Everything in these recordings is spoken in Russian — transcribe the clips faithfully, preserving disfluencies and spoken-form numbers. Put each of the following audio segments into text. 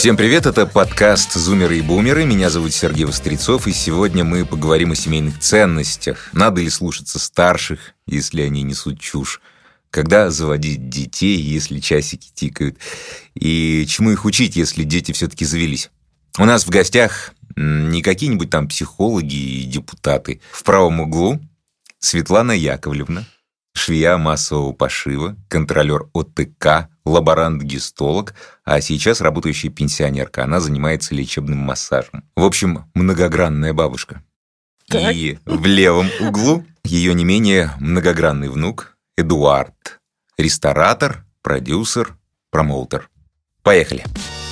Всем привет, это подкаст «Зумеры и бумеры». Меня зовут Сергей Вострецов, и сегодня мы поговорим о семейных ценностях. Надо ли слушаться старших, если они несут чушь? Когда заводить детей, если часики тикают? И чему их учить, если дети все-таки завелись? У нас в гостях не какие-нибудь там психологи и депутаты. В правом углу Светлана Яковлевна, швея массового пошива, контролер О Т К, лаборант-гистолог, а сейчас работающая пенсионерка. Она занимается лечебным массажем. В общем, многогранная бабушка. Так. И в левом углу ее не менее многогранный внук Эдуард. Ресторатор, продюсер, промоутер. Поехали.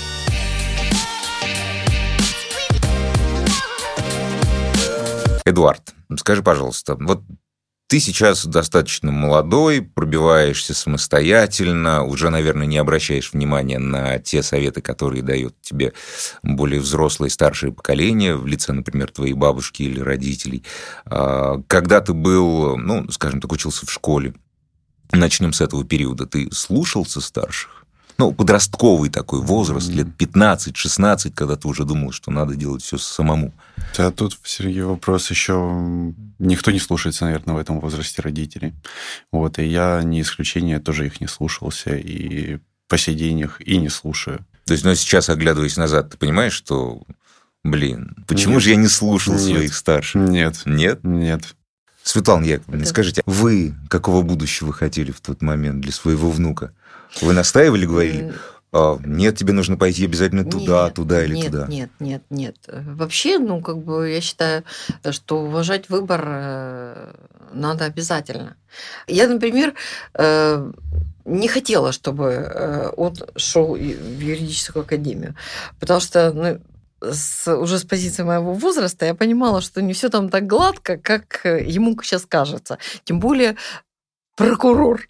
Эдуард, скажи, пожалуйста, вот ты сейчас достаточно молодой, пробиваешься самостоятельно, уже, наверное, не обращаешь внимания на те советы, которые дает тебе более взрослое и старшее поколение, в лице, например, твоей бабушки или родителей. Когда ты был, ну, скажем так, учился в школе, начнем с этого периода, ты слушался старших? Ну, подростковый такой возраст, лет пятнадцать-шестнадцать, когда ты уже думал, что надо делать все самому. Да, тут, Сергей, вопрос еще... Никто не слушается, наверное, в этом возрасте родителей. Вот, и я не исключение, тоже их не слушался, и по сей день их и не слушаю. То есть, ну, сейчас, оглядываясь назад, ты понимаешь, что, блин, почему Нет. же я не слушал Нет. своих старших? Нет. Нет? Нет. Светлана Яковлевна, да. скажите, вы какого будущего хотели в тот момент для своего внука? Вы настаивали, говорили, а, нет, тебе нужно пойти обязательно туда, нет, туда или нет, туда? Нет, нет, нет. Вообще, ну, как бы, я считаю, что уважать выбор надо обязательно. Я, например, не хотела, чтобы он шел в юридическую академию, потому что, ну, с, уже с позиции моего возраста я понимала, что не все там так гладко, как ему сейчас кажется. Тем более прокурор.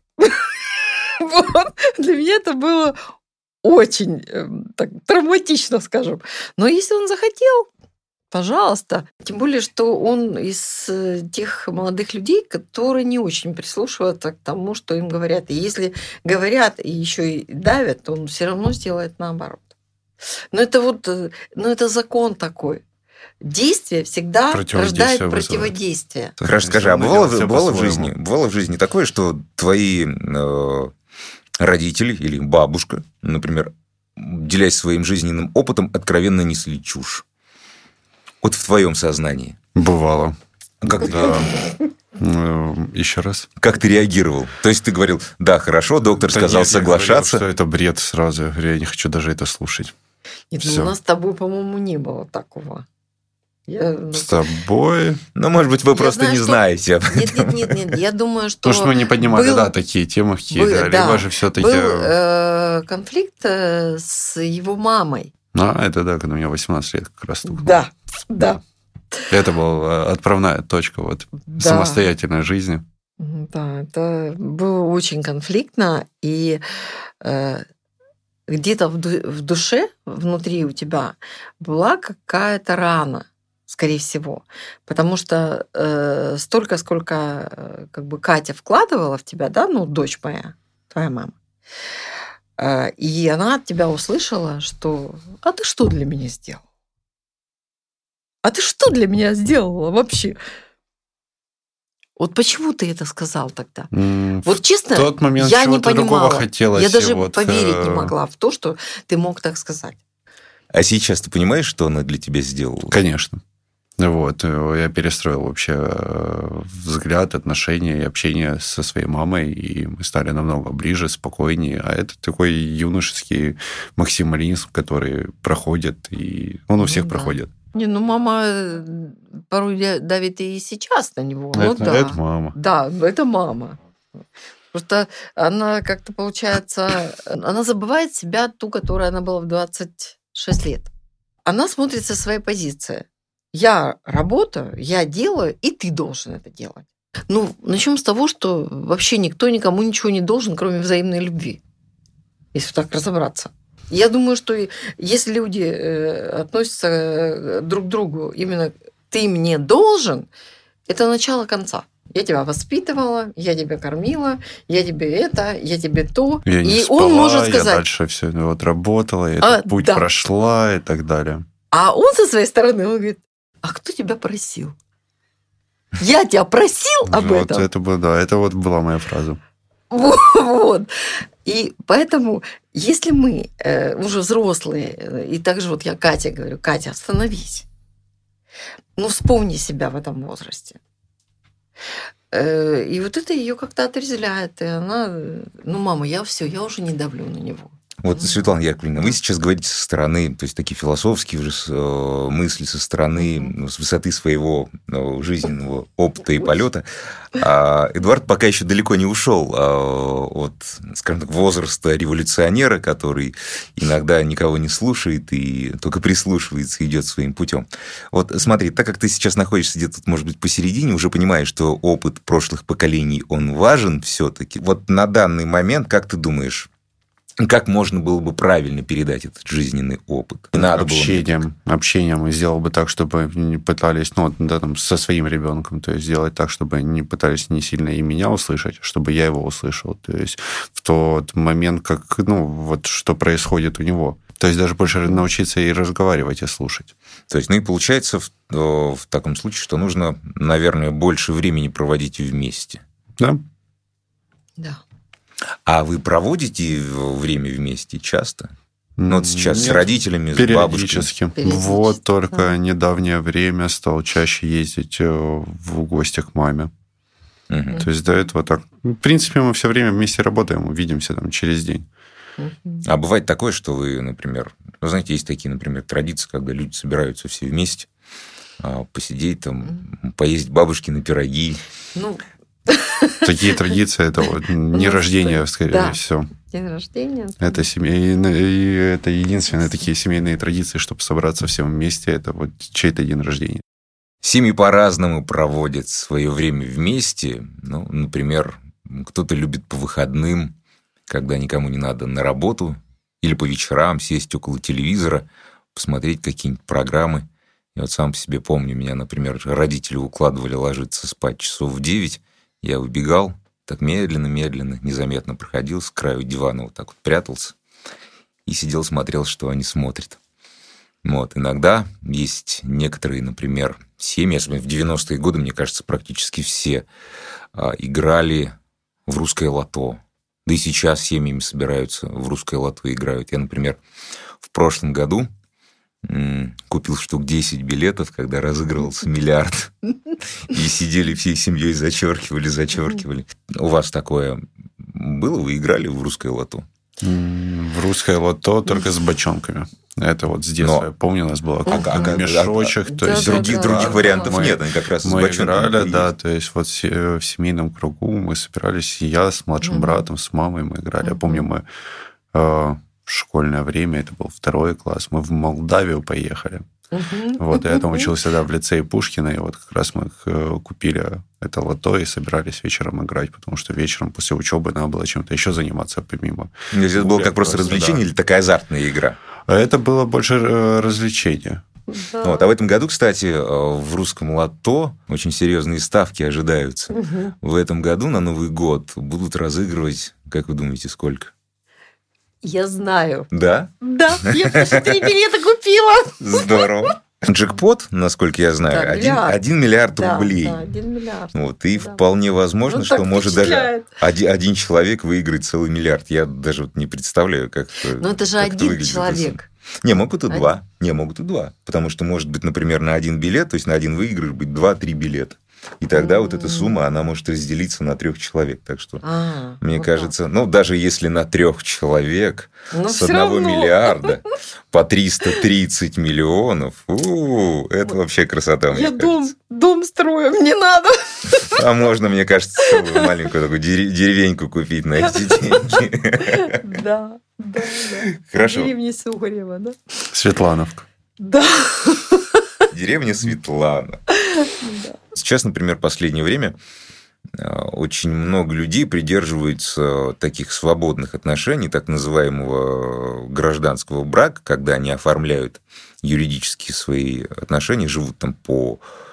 Вот. Для меня это было очень так, травматично, скажем. Но если он захотел, пожалуйста. Тем более, что он из тех молодых людей, которые не очень прислушиваются к тому, что им говорят. И если говорят и еще и давят, то он все равно сделает наоборот. Но это вот, ну это закон такой. Действие всегда рождает противодействие. Хорошо, скажи, а бывало, бывало, в жизни, бывало в жизни такое, что твои э, родители или бабушка, например, делясь своим жизненным опытом, откровенно несли чушь? Вот в твоем сознании. Бывало. Как да. Еще раз. Как ты реагировал? То есть ты говорил, да, хорошо, доктор да сказал нет, соглашаться. Я говорил, что это бред сразу. Я говорю, я не хочу даже это слушать. Нет, ну, у нас с тобой, по-моему, не было такого. Я... С тобой? Ну, может быть, вы я просто знаю, не что... знаете об этом. Нет, нет, нет, нет. Я думаю, что... Потому что мы не поднимали, был... да, такие темы какие-то. Да. Либо же все-таки... Был э, конфликт э, с его мамой. А, это да, когда у меня восемнадцать лет как раз. Да, да. Это была отправная точка вот да. самостоятельной жизни. Да, это было очень конфликтно, и э, где-то в, ду- в душе, внутри у тебя была какая-то рана, скорее всего, потому что э, столько, сколько э, как бы Катя вкладывала в тебя, да, ну, дочь моя, твоя мама, э, и она от тебя услышала, что «А ты что для меня сделал? А ты что для меня сделала вообще?» Вот почему ты это сказал тогда? Mm, вот честно, в тот момент я не понимала. Хотелось, я даже вот, поверить не могла в то, что ты мог так сказать. А сейчас ты понимаешь, что она для тебя сделала? Конечно. Вот. Я перестроил вообще взгляд, отношения и общение со своей мамой, и мы стали намного ближе, спокойнее. А это такой юношеский максимализм, который проходит, и он у всех ну, да. проходит. Не, ну мама порой давит и сейчас на него. Это, ну, да. это мама. Да, это мама. Просто она как-то, получается, она забывает себя, ту, которая она была в двадцать шесть лет. Она смотрит со своей позиции. Я работаю, я делаю, и ты должен это делать. Ну, начнем с того, что вообще никто никому ничего не должен, кроме взаимной любви. Если так разобраться. Я думаю, что если люди относятся друг к другу именно «ты мне должен», это начало конца. я тебя воспитывала, я тебя кормила, я тебе это, я тебе то. Я не и спала, он может сказать... я дальше все вот работала, я А, этот путь да. прошла и так далее. А он со своей стороны, он говорит, а кто тебя просил? Я тебя просил об вот этом? это было, да, это вот была моя фраза. Вот. И поэтому, если мы э, уже взрослые, и также вот я Кате говорю, Катя, остановись. Ну, вспомни себя в этом возрасте. Э, и вот это ее как-то отрезвляет. И она, ну, мама, я все, я уже не давлю на него. Вот, Светлана Яковлевна, вы сейчас говорите со стороны, то есть такие философские уже э, мысли со стороны, ну, с высоты своего ну, жизненного опыта и полета. А Эдуард пока еще далеко не ушел а, от, скажем так, возраста революционера, который иногда никого не слушает и только прислушивается и идет своим путем. Вот смотри, так как ты сейчас находишься где-то, может быть, посередине, уже понимаешь, что опыт прошлых поколений, он важен все-таки. Вот на данный момент, как ты думаешь, как можно было бы правильно передать этот жизненный опыт? Не надо общением, было... общением. И сделал бы так, чтобы не пытались, ну, да, там, со своим ребенком, то есть сделать так, чтобы не пытались не сильно и меня услышать, чтобы я его услышал. То есть в тот момент, как, ну, вот что происходит у него. То есть даже больше научиться и разговаривать, и слушать. То есть, ну и получается в, в таком случае, что нужно, наверное, больше времени проводить вместе. Да. Да. А вы проводите время вместе часто? Ну, вот сейчас Нет, с родителями, с периодически. бабушкой? Периодически. Вот только Да. недавнее время стал чаще ездить в гости к маме. Угу. То есть до этого так. В принципе, мы все время вместе работаем, увидимся там через день. А бывает такое, что вы, например, вы знаете, есть такие, например, традиции, когда люди собираются все вместе, посидеть там, поесть бабушкины пироги. Ну, Такие традиции, это вот не рождение, скорее да. всего. День рождения. Это семейные, и это единственные такие семейные традиции, чтобы собраться всем вместе, это вот чей-то день рождения. Семьи по-разному проводят свое время вместе. Ну, например, кто-то любит по выходным, когда никому не надо на работу, или по вечерам сесть около телевизора, посмотреть какие-нибудь программы. Я вот сам по себе помню, меня, например, родители укладывали ложиться спать часов в девять. Я выбегал, так медленно-медленно, незаметно проходил с краю дивана, вот так вот прятался и сидел, смотрел, что они смотрят. Вот. Иногда есть некоторые, например, семьи, особенно в девяностые годы, мне кажется, практически все а, играли в русское лото. Да и сейчас семьями собираются в русское лото играют. Я, например, в прошлом году купил штук десять билетов, когда разыгрывался миллиард. И сидели всей семьей, зачеркивали, зачеркивали. У вас такое было? Вы играли в русское лото? В русское лото только с бочонками. Это вот с детства. Но... Я помню, у нас было как а, а, мешочек. А, то да, есть других, да, других да, вариантов мы, нет, они как раз мы с бочонками. играли, да, то есть вот в семейном кругу мы собирались, я с младшим mm-hmm. братом, с мамой мы играли. Mm-hmm. Я помню, мы э, в школьное время, это был второй класс, мы в Молдавию поехали. Uh-huh. Вот, я там учился, да, в лицее Пушкина, и вот как раз мы купили это лото и собирались вечером играть, потому что вечером после учебы надо было чем-то еще заниматься помимо. Это было как просто развлечение, да, или такая азартная игра? Это было больше развлечение. Да. Вот. А в этом году, кстати, в русском лото очень серьезные ставки ожидаются. Uh-huh. В этом году на Новый год будут разыгрывать, как вы думаете, сколько? Я знаю. Да? Да, я просто три билета купила. Здорово. Джекпот, насколько я знаю, Да, один, миллиард. один миллиард Да, рублей. да, один миллиард. Вот, и Да. вполне возможно, Ну, что так может даже впечатляет. один, один человек выиграть целый миллиард. Я даже вот не представляю, как это Но это же как это один выглядит. человек. Не, могут и Один. два. Не, могут и два. Потому что может быть, например, на один билет, то есть на один выигрыш быть два-три билета. И тогда mm-hmm. вот эта сумма, она может разделиться на трех человек. Так что, А, мне вот кажется, ну, даже если на трех человек Но с всё одного равно. миллиарда по триста тридцать миллионов, у-у, это вообще красота, мне Я кажется. дом, дом строю, мне надо. А можно, мне кажется, целую маленькую такую дере- деревеньку купить на эти деньги. Да, да, да. Хорошо. Деревня Сугорева, да? Светлановка. Да. Деревня Светлана. Сейчас, например, в последнее время очень много людей придерживаются таких свободных отношений, так называемого гражданского брака, когда они оформляют юридические свои отношения, живут там по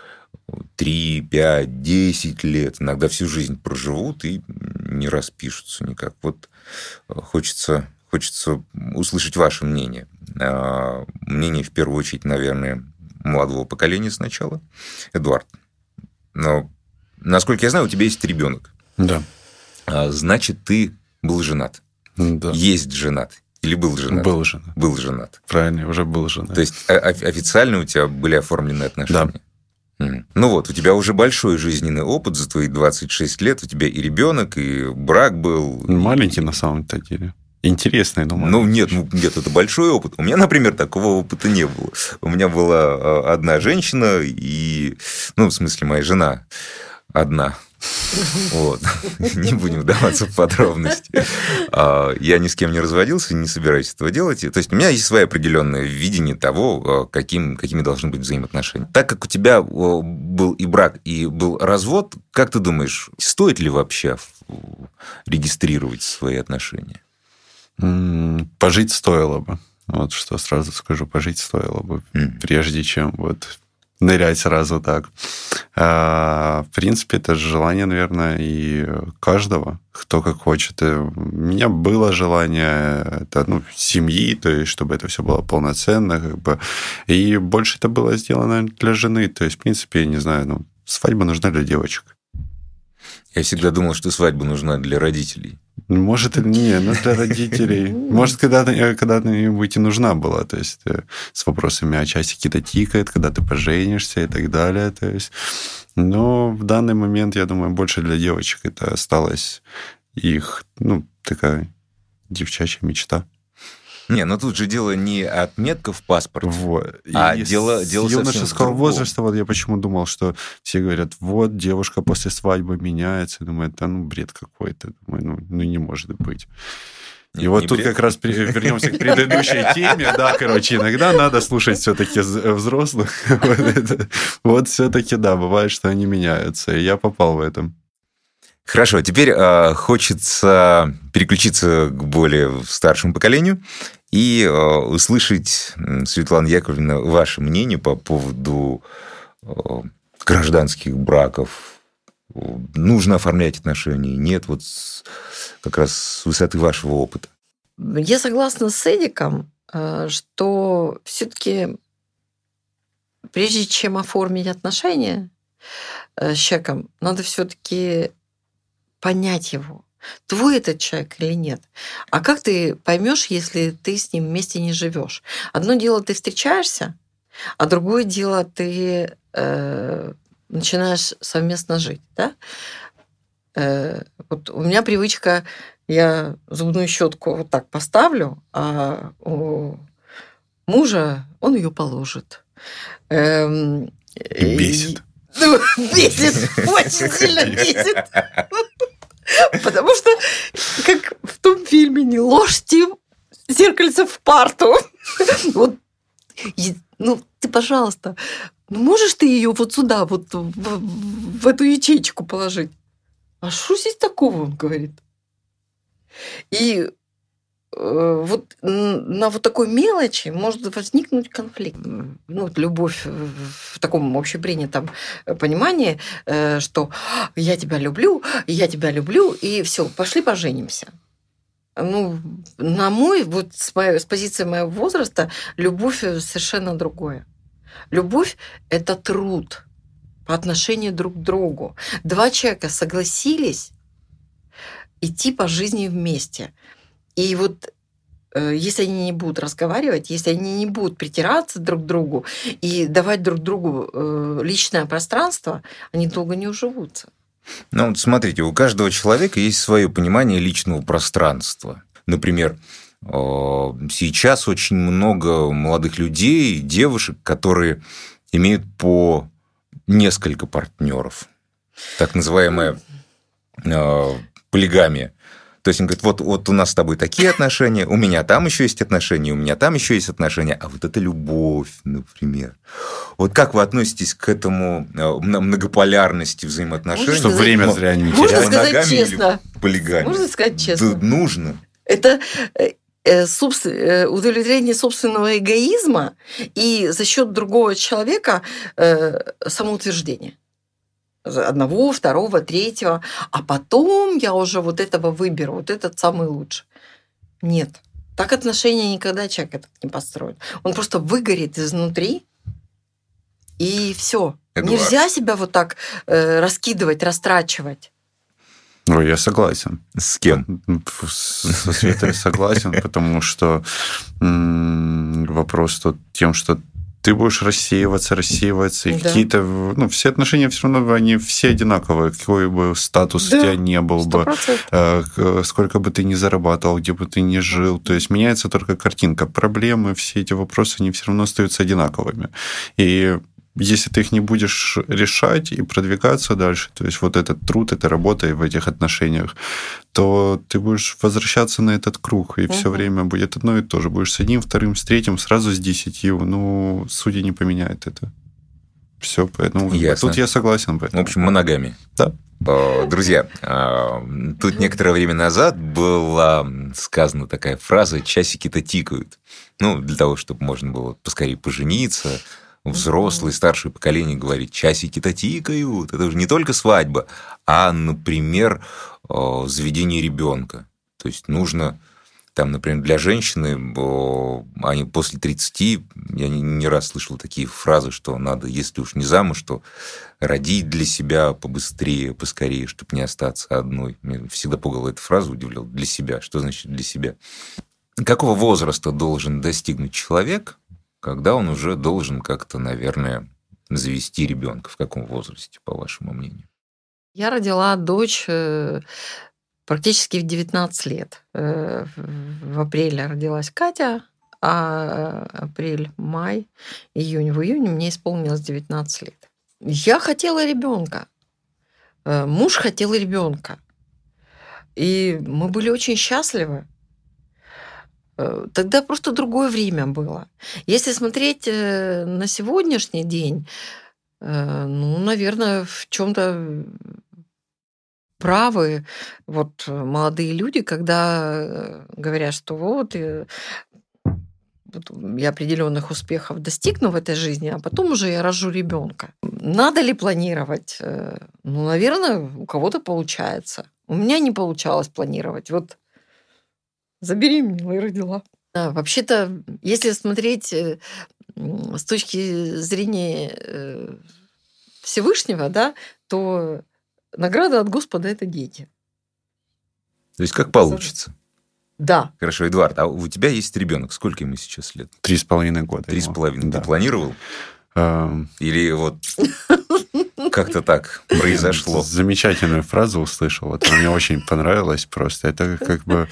три, пять, десять лет, иногда всю жизнь проживут и не распишутся никак. Вот хочется, хочется услышать ваше мнение. Мнение, в первую очередь, наверное, молодого поколения сначала. Эдуард, но, насколько я знаю, у тебя есть ребенок. Да. Значит, ты был женат. Да. Есть женат. Или был женат? Был женат. Был женат. Правильно, уже был женат. То есть официально у тебя были оформлены отношения? Да. Mm. Ну вот, у тебя уже большой жизненный опыт за твои двадцать шесть лет. У тебя и ребенок, и брак был. Маленький, и... на самом-то деле. Интересный, но маленький. Ну нет, ну, нет, это большой опыт. У меня, например, такого опыта не было. У меня была одна женщина, и, ну, в смысле, моя жена одна. Вот. Не будем вдаваться в подробности. Я ни с кем не разводился, не собираюсь этого делать. То есть у меня есть свое определенное видение того, каким, какими должны быть взаимоотношения. Так как у тебя был и брак, и был развод, как ты думаешь, стоит ли вообще регистрировать свои отношения? Пожить стоило бы. Вот что сразу скажу, пожить стоило бы, mm. прежде чем вот нырять сразу так. А, в принципе, это желание, наверное, и каждого, кто как хочет. И у меня было желание это, ну, семьи, то есть, чтобы это все было полноценно, как бы. И больше это было сделано для жены. То есть, в принципе, я не знаю, ну, свадьба нужна для девочек. Я всегда думал, что свадьба нужна для родителей. Может, и не, но для родителей. Может, когда-то, когда-нибудь и нужна была. То есть, с вопросами, а часики-то тикает, когда ты поженишься и так далее. То есть, но в данный момент, я думаю, больше для девочек это осталась их, ну, такая девчачья мечта. Не, но тут же дело не отметка в паспорте, вот. а и дело, с дело юношеского возраста, вот я почему думал, что все говорят, вот, девушка после свадьбы меняется. Думаю, это, ну, бред какой-то. Думаю, ну, ну не может быть. И не, вот не тут бред. Как раз вернемся к предыдущей теме. Да, короче, иногда надо слушать все-таки взрослых. Вот, это, вот все-таки, да, бывает, что они меняются. И я попал в этом. Хорошо, теперь э, хочется переключиться к более старшему поколению и э, услышать, Светлана Яковлевна, ваше мнение по поводу э, гражданских браков. Нужно оформлять отношения? Нет, вот с, как раз с высоты вашего опыта. Я согласна с Эдиком, что все-таки прежде чем оформить отношения с человеком, надо все-таки понять его, твой этот человек или нет. А как ты поймешь, если ты с ним вместе не живешь? Одно дело, ты встречаешься, а другое дело, ты э, начинаешь совместно жить. Да? Э, вот у меня привычка, я зубную щетку вот так поставлю, а у мужа он ее положит. Эм, бесит. Ну, бесит, очень сильно бесит. Потому что, как в том фильме, не ложьте зеркальце в парту. Вот, ну, ты, пожалуйста, ну, можешь ты ее вот сюда, вот в, в эту ячейку положить? А что здесь такого, он говорит. И вот на вот такой мелочи может возникнуть конфликт. Ну, вот любовь в таком общепринятом понимании, что я тебя люблю, я тебя люблю, и все, пошли поженимся. Ну, на мой, вот с, моей, с позиции моего возраста, любовь совершенно другое. Любовь – это труд по отношению друг к другу. Два человека согласились идти по жизни вместе. И вот э, если они не будут разговаривать, если они не будут притираться друг к другу и давать друг другу э, личное пространство, они долго не уживутся. Ну, вот смотрите, у каждого человека есть свое понимание личного пространства. Например, э, сейчас очень много молодых людей, девушек, которые имеют по несколько партнеров. Так называемая э, полигамия. То есть он говорит, вот, вот у нас с тобой такие отношения, у меня там еще есть отношения, у меня там еще есть отношения, а вот это любовь, например. Вот как вы относитесь к этому многополярности взаимоотношений? Что время зря не терять. Можно сказать честно. Полигамия? Можно сказать честно. Да, нужно. Это, удовлетворение собственного эгоизма и за счет другого человека самоутверждение. Одного, второго, третьего. А потом я уже вот этого выберу, вот этот самый лучший. Нет. Так отношения никогда человек этот не построит. Он просто выгорит изнутри, и все. Нельзя себя вот так э, раскидывать, растрачивать. Ой, я согласен. С кем? Со Светой согласен, потому что вопрос тут тем, что ты будешь рассеиваться, рассеиваться, и да. какие-то... Ну, все отношения все равно, они все одинаковые, какой бы статус да, у тебя не был сто процентов. бы, сколько бы ты ни зарабатывал, где бы ты ни жил. То есть меняется только картинка. Проблемы, все эти вопросы, они все равно остаются одинаковыми. И если ты их не будешь решать и продвигаться дальше, то есть вот этот труд, эта работа в этих отношениях, то ты будешь возвращаться на этот круг, и угу. все время будет одно и то же. Будешь с одним, вторым, с третьим, сразу с десятью. Ну, судьи не поменяет это. Все, поэтому Ясно. Тут я согласен. Поэтому. В общем, моногамия. Да. Друзья, тут некоторое время назад была сказана такая фраза «часики-то тикают». Ну, для того, чтобы можно было поскорее пожениться, взрослые, старшее поколение говорит, часики-то тикают. Это уже не только свадьба, а, например, заведение ребенка. То есть нужно, там, например, для женщины, они после тридцати, я не раз слышал такие фразы, что надо, если уж не замуж, то родить для себя побыстрее, поскорее, чтобы не остаться одной. Меня всегда пугала эта фраза, удивлял. Для себя. Что значит для себя? Какого возраста должен достигнуть человек, когда он уже должен как-то, наверное, завести ребенка? В каком возрасте, по вашему мнению? Я родила дочь практически в девятнадцать лет. В апреле родилась Катя, а апрель, май, июнь. В июне мне исполнилось девятнадцать лет. Я хотела ребенка. Муж хотел ребенка. И мы были очень счастливы. Тогда просто другое время было. Если смотреть на сегодняшний день, ну, наверное, в чем-то правы вот молодые люди, когда говорят, что вот я определенных успехов достигну в этой жизни, а потом уже я рожу ребенка. Надо ли планировать? Ну, наверное, у кого-то получается. У меня не получалось планировать. Вот забеременела и родила. Да, вообще-то, если смотреть с точки зрения Всевышнего, да, то награда от Господа – это дети. То есть, как получится. Да. Хорошо, Эдуард, а у тебя есть ребенок. Сколько ему сейчас лет? Три с половиной года. Три с половиной. Да. Ты планировал? Или вот как-то так произошло? Замечательную фразу услышал. Это мне очень понравилось просто. Это как бы...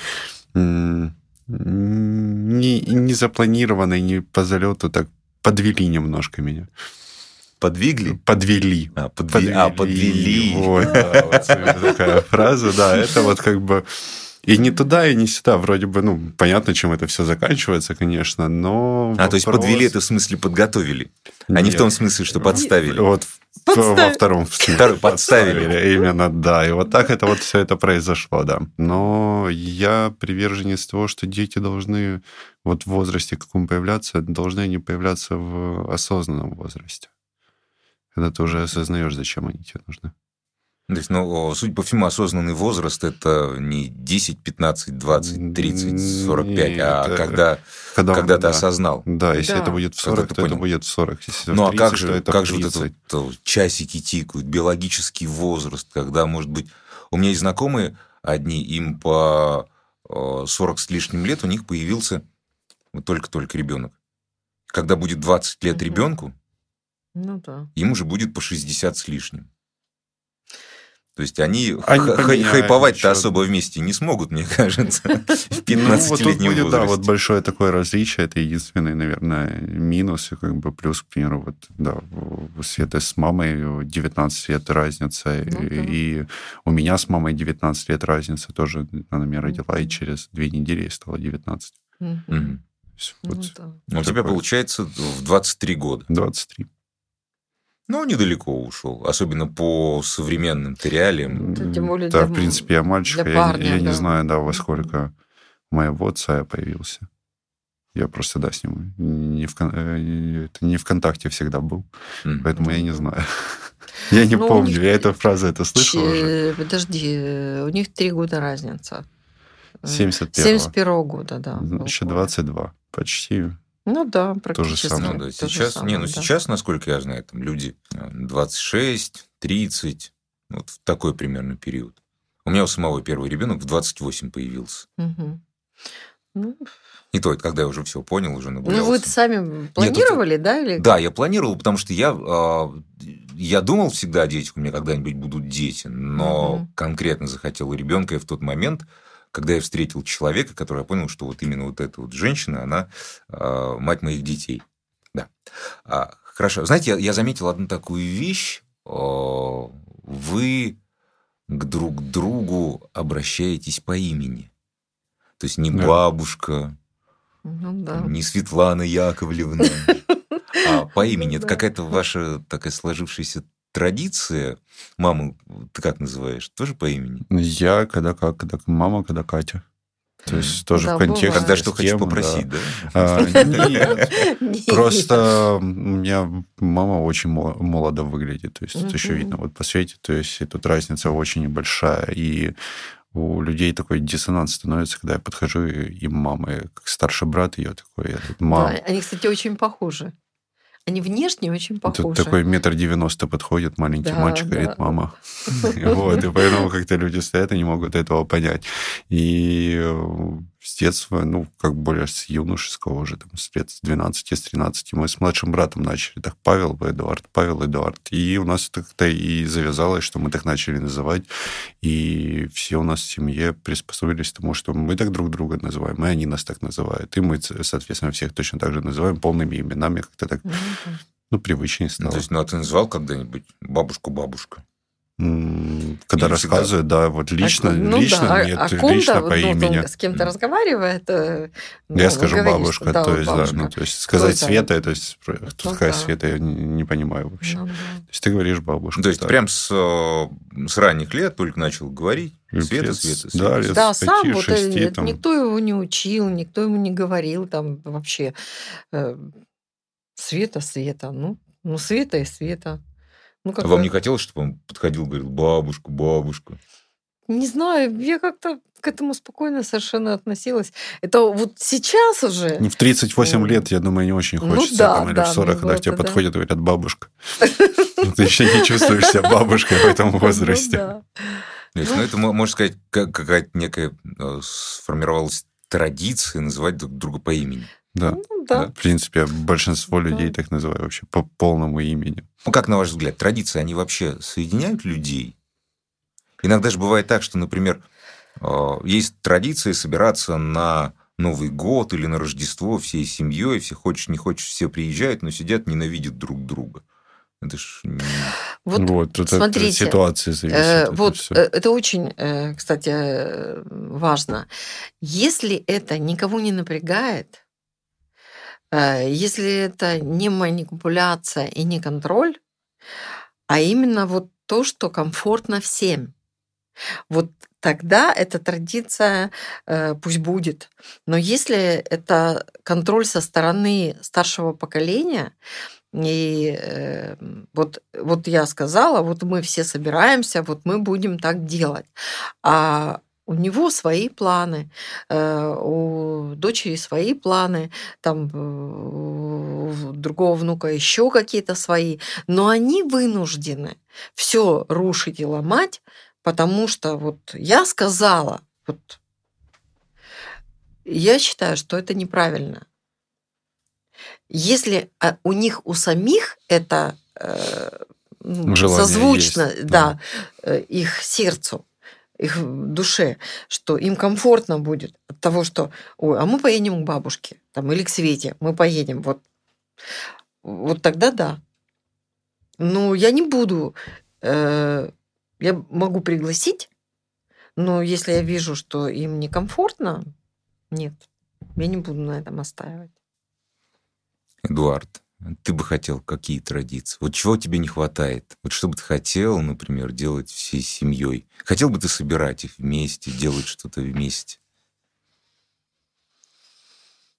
Не, не запланированно, не по залету, так подвели немножко меня. Подвигли? Подвели. А, подвели. подвели. А, подвели. Вот, да, вот такая фраза, да, это вот как бы и не туда, и не сюда. Вроде бы, ну, понятно, чем это все заканчивается, конечно, но... А, вопрос... то есть подвели это в смысле подготовили, а не в том смысле, что подставили. Вот Подставили. Во втором Второй подставили. Именно, да. И вот так это вот все это произошло, да. Но я приверженец того, что дети должны вот в возрасте каком появляться, должны они появляться в осознанном возрасте. Когда ты уже осознаешь, зачем они тебе нужны. То есть, ну, судя по всему, осознанный возраст – это не десять, пятнадцать, двадцать, тридцать, сорок пять, Нет, а когда, когда, когда ты да. осознал. Да, если да. это будет в сорок, то понял. это будет в сорок. Если ну, в тридцать, а как же, как же вот это вот, часики тикают, биологический возраст, когда, может быть... У меня есть знакомые одни, им по сорок с лишним лет у них появился вот только-только ребенок. Когда будет двадцать лет угу. ребенку, ну, да. им уже будет по шестьдесят с лишним. То есть они, они хай- хайповать-то особо вместе не смогут, мне кажется, в пятнадцатилетнем ну, вот возрасте. Да, вот большое такое различие, это единственный, наверное, минус, и как бы плюс, к примеру, вот, да, у Светы с мамой девятнадцать лет разница, ну, и, да. и у меня с мамой девятнадцать лет разница, тоже она меня родила, mm-hmm. и через две недели ей стало девятнадцать. Mm-hmm. Mm-hmm. Вот, ну, да. У тебя, получается, в двадцать три года. двадцать три. Ну, недалеко ушел, особенно по современным реалиям. Да, тем более да для, в принципе, я мальчик, я, парня, я, я да. не знаю, да, во сколько у моего отца я появился. Я просто, да, с ним не в, это не ВКонтакте всегда был, mm-hmm. поэтому я не знаю. Я не помню, них... я эту фразу это слышал Ч... уже. Подожди, у них три года разница. семьдесят первого. семьдесят первого года, да. Еще двадцать два, почти. Ну да, практически. То же самое. Ну, да, сейчас, самое, не, ну, да. сейчас, насколько я знаю, там люди двадцать шесть, тридцать, вот в такой примерно период. У меня у самого первый ребенок в двадцать восемь появился. Угу. Ну... И то, когда я уже все понял, уже нагулялся. Ну, вы сами планировали, Нет, это... да? Или... Да, я планировал, потому что я, я думал всегда о детях, у меня когда-нибудь будут дети, но угу. конкретно захотел ребенка я в тот момент, когда я встретил человека, который я понял, что вот именно вот эта вот женщина, она мать моих детей. Да. Хорошо. Знаете, я, я заметил одну такую вещь. Вы к друг другу обращаетесь по имени. То есть не да. бабушка, ну, да. не Светлана Яковлевна, а по имени. Это какая-то ваша такая сложившаяся традиция. Маму ты как называешь? Тоже по имени? Я, когда как, когда мама, когда Катя. То есть тоже в контексте. Когда что хочешь попросить, да? Нет. Просто у меня мама очень молодо выглядит. То есть это еще видно вот по свете. То есть тут разница очень небольшая. И у людей такой диссонанс становится, когда я подхожу, и мама, как старший брат ее такой, я тут мама. Да, они, кстати, очень похожи. Они внешне очень похожи. Тут такой метр девяносто подходит, маленький да, мальчик, да. говорит, мама. Вот, и поэтому как-то люди стоят и не могут этого понять. И с детства, ну, как более с юношеского уже, там, с лет с двенадцати, с тринадцати, мы с младшим братом начали. Так, Павел, Эдуард, Павел, Эдуард. И у нас это как-то и завязалось, что мы так начали называть. И все у нас в семье приспособились к тому, что мы так друг друга называем, и они нас так называют. И мы, соответственно, всех точно так же называем полными именами, как-то так, ну, привычнее стало. Ну, то есть, ну, а ты называл когда-нибудь бабушку-бабушка? Когда рассказывают, да, вот лично, ну, лично да, нет, а лично ну, по имени. Он с кем-то разговаривает. Ну, я скажу говоришь, бабушка, да, то есть, бабушка. да, ну, то есть сказать кто Света, то есть кто ну, такая да. Света, я не, не понимаю вообще. Ну, да. То есть ты говоришь бабушка. То есть да. прям с, с ранних лет только начал говорить Света, лет, Света, Света. Да, лет да с сам пяти, вот шести, это, там. Никто его не учил, никто ему не говорил там вообще э, Света, Света, ну, ну Света и Света. Ну, а вам не хотелось, чтобы он подходил и говорил бабушка, бабушка? Не знаю, я как-то к этому спокойно совершенно относилась. Это вот сейчас уже... В тридцать восемь ну, лет, я думаю, не очень хочется. Ну, да, там, или да, в сорок, когда к тебе да. подходят и говорят бабушка. Ты еще не чувствуешь себя бабушкой в этом возрасте. Ну, это, можно сказать, какая-то некая сформировалась традиция называть друг друга по имени. Да. Ну, да. В принципе, большинство людей так называют вообще по полному имени. Ну, как, на ваш взгляд, традиции, они вообще соединяют людей? Иногда же бывает так, что, например, есть традиция собираться на Новый год или на Рождество всей семьей, все хочешь, не хочешь, все приезжают, но сидят, ненавидят друг друга. Это ж... Вот, вот тут смотрите, от ситуации зависит. Э, это вот все. Это очень, кстати, важно. Если это никого не напрягает, если это не манипуляция и не контроль, а именно вот то, что комфортно всем, вот тогда эта традиция э, пусть будет. Но если это контроль со стороны старшего поколения, и э, вот, вот я сказала, вот мы все собираемся, вот мы будем так делать. А у него свои планы, у дочери свои планы, там у другого внука еще какие-то свои, но они вынуждены все рушить и ломать, потому что вот я сказала, вот я считаю, что это неправильно. Если у них у самих это ну, созвучно, есть, да, да, их сердцу, их душе, что им комфортно будет от того, что, ой, а мы поедем к бабушке, там, или к Свете, мы поедем, вот, вот тогда да. Но я не буду, э, я могу пригласить, но если я вижу, что им некомфортно, нет, я не буду на этом настаивать. Эдуард, ты бы хотел какие традиции? Вот чего тебе не хватает? Вот что бы ты хотел, например, делать всей семьей? Хотел бы ты собирать их вместе, делать что-то вместе?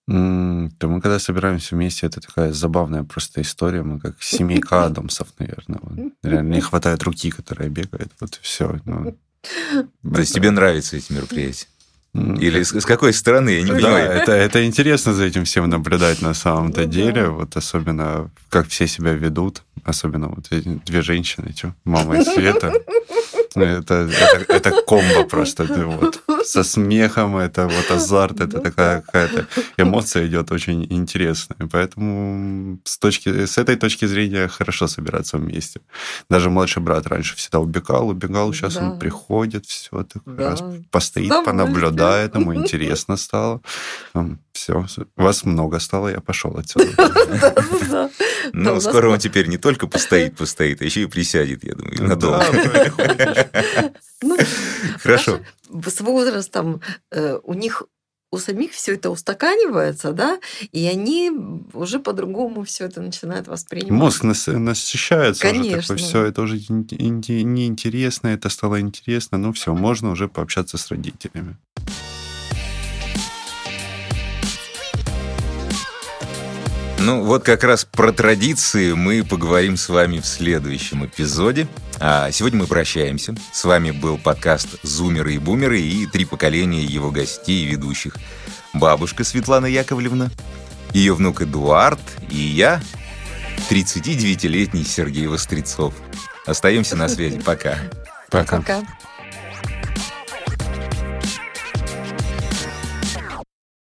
То мы когда собираемся вместе, это такая забавная просто история. Мы как семейка Адамсов, наверное. Вот. Реально не хватает руки, которая бегает. Вот и все. Ну, То есть тебе нравятся эти мероприятия? Или с, с какой стороны, я не да, понимаю. Это, это интересно за этим всем наблюдать на самом-то ну, деле. Да. Вот особенно, как все себя ведут. Особенно вот эти две женщины, чё, мама и Света. Это, это, это комбо просто. Вот. Со смехом, это вот азарт, это такая какая-то эмоция идет очень интересная. Поэтому с, точки, с этой точки зрения хорошо собираться вместе. Даже младший брат раньше всегда убегал, убегал, сейчас да. он приходит, все, так да. раз постоит, понаблюдает, ему интересно стало. Все, вас много стало, я пошел отсюда. Ну, скоро он теперь не только постоит, постоит, а еще и присядет, я думаю, надолго. Хорошо. С возрастом у них у самих все это устаканивается, да, и они уже по-другому все это начинают воспринимать. Мозг нас, насыщается. Конечно. Уже такой, все это уже неинтересно, это стало интересно, ну все, можно уже пообщаться с родителями. Ну, вот как раз про традиции мы поговорим с вами в следующем эпизоде. А сегодня мы прощаемся. С вами был подкаст «Зумеры и бумеры» и три поколения его гостей и ведущих. Бабушка Светлана Яковлевна, ее внук Эдуард и я, тридцатидевятилетний Сергей Вострецов. Остаемся на связи. Пока. Пока. Пока.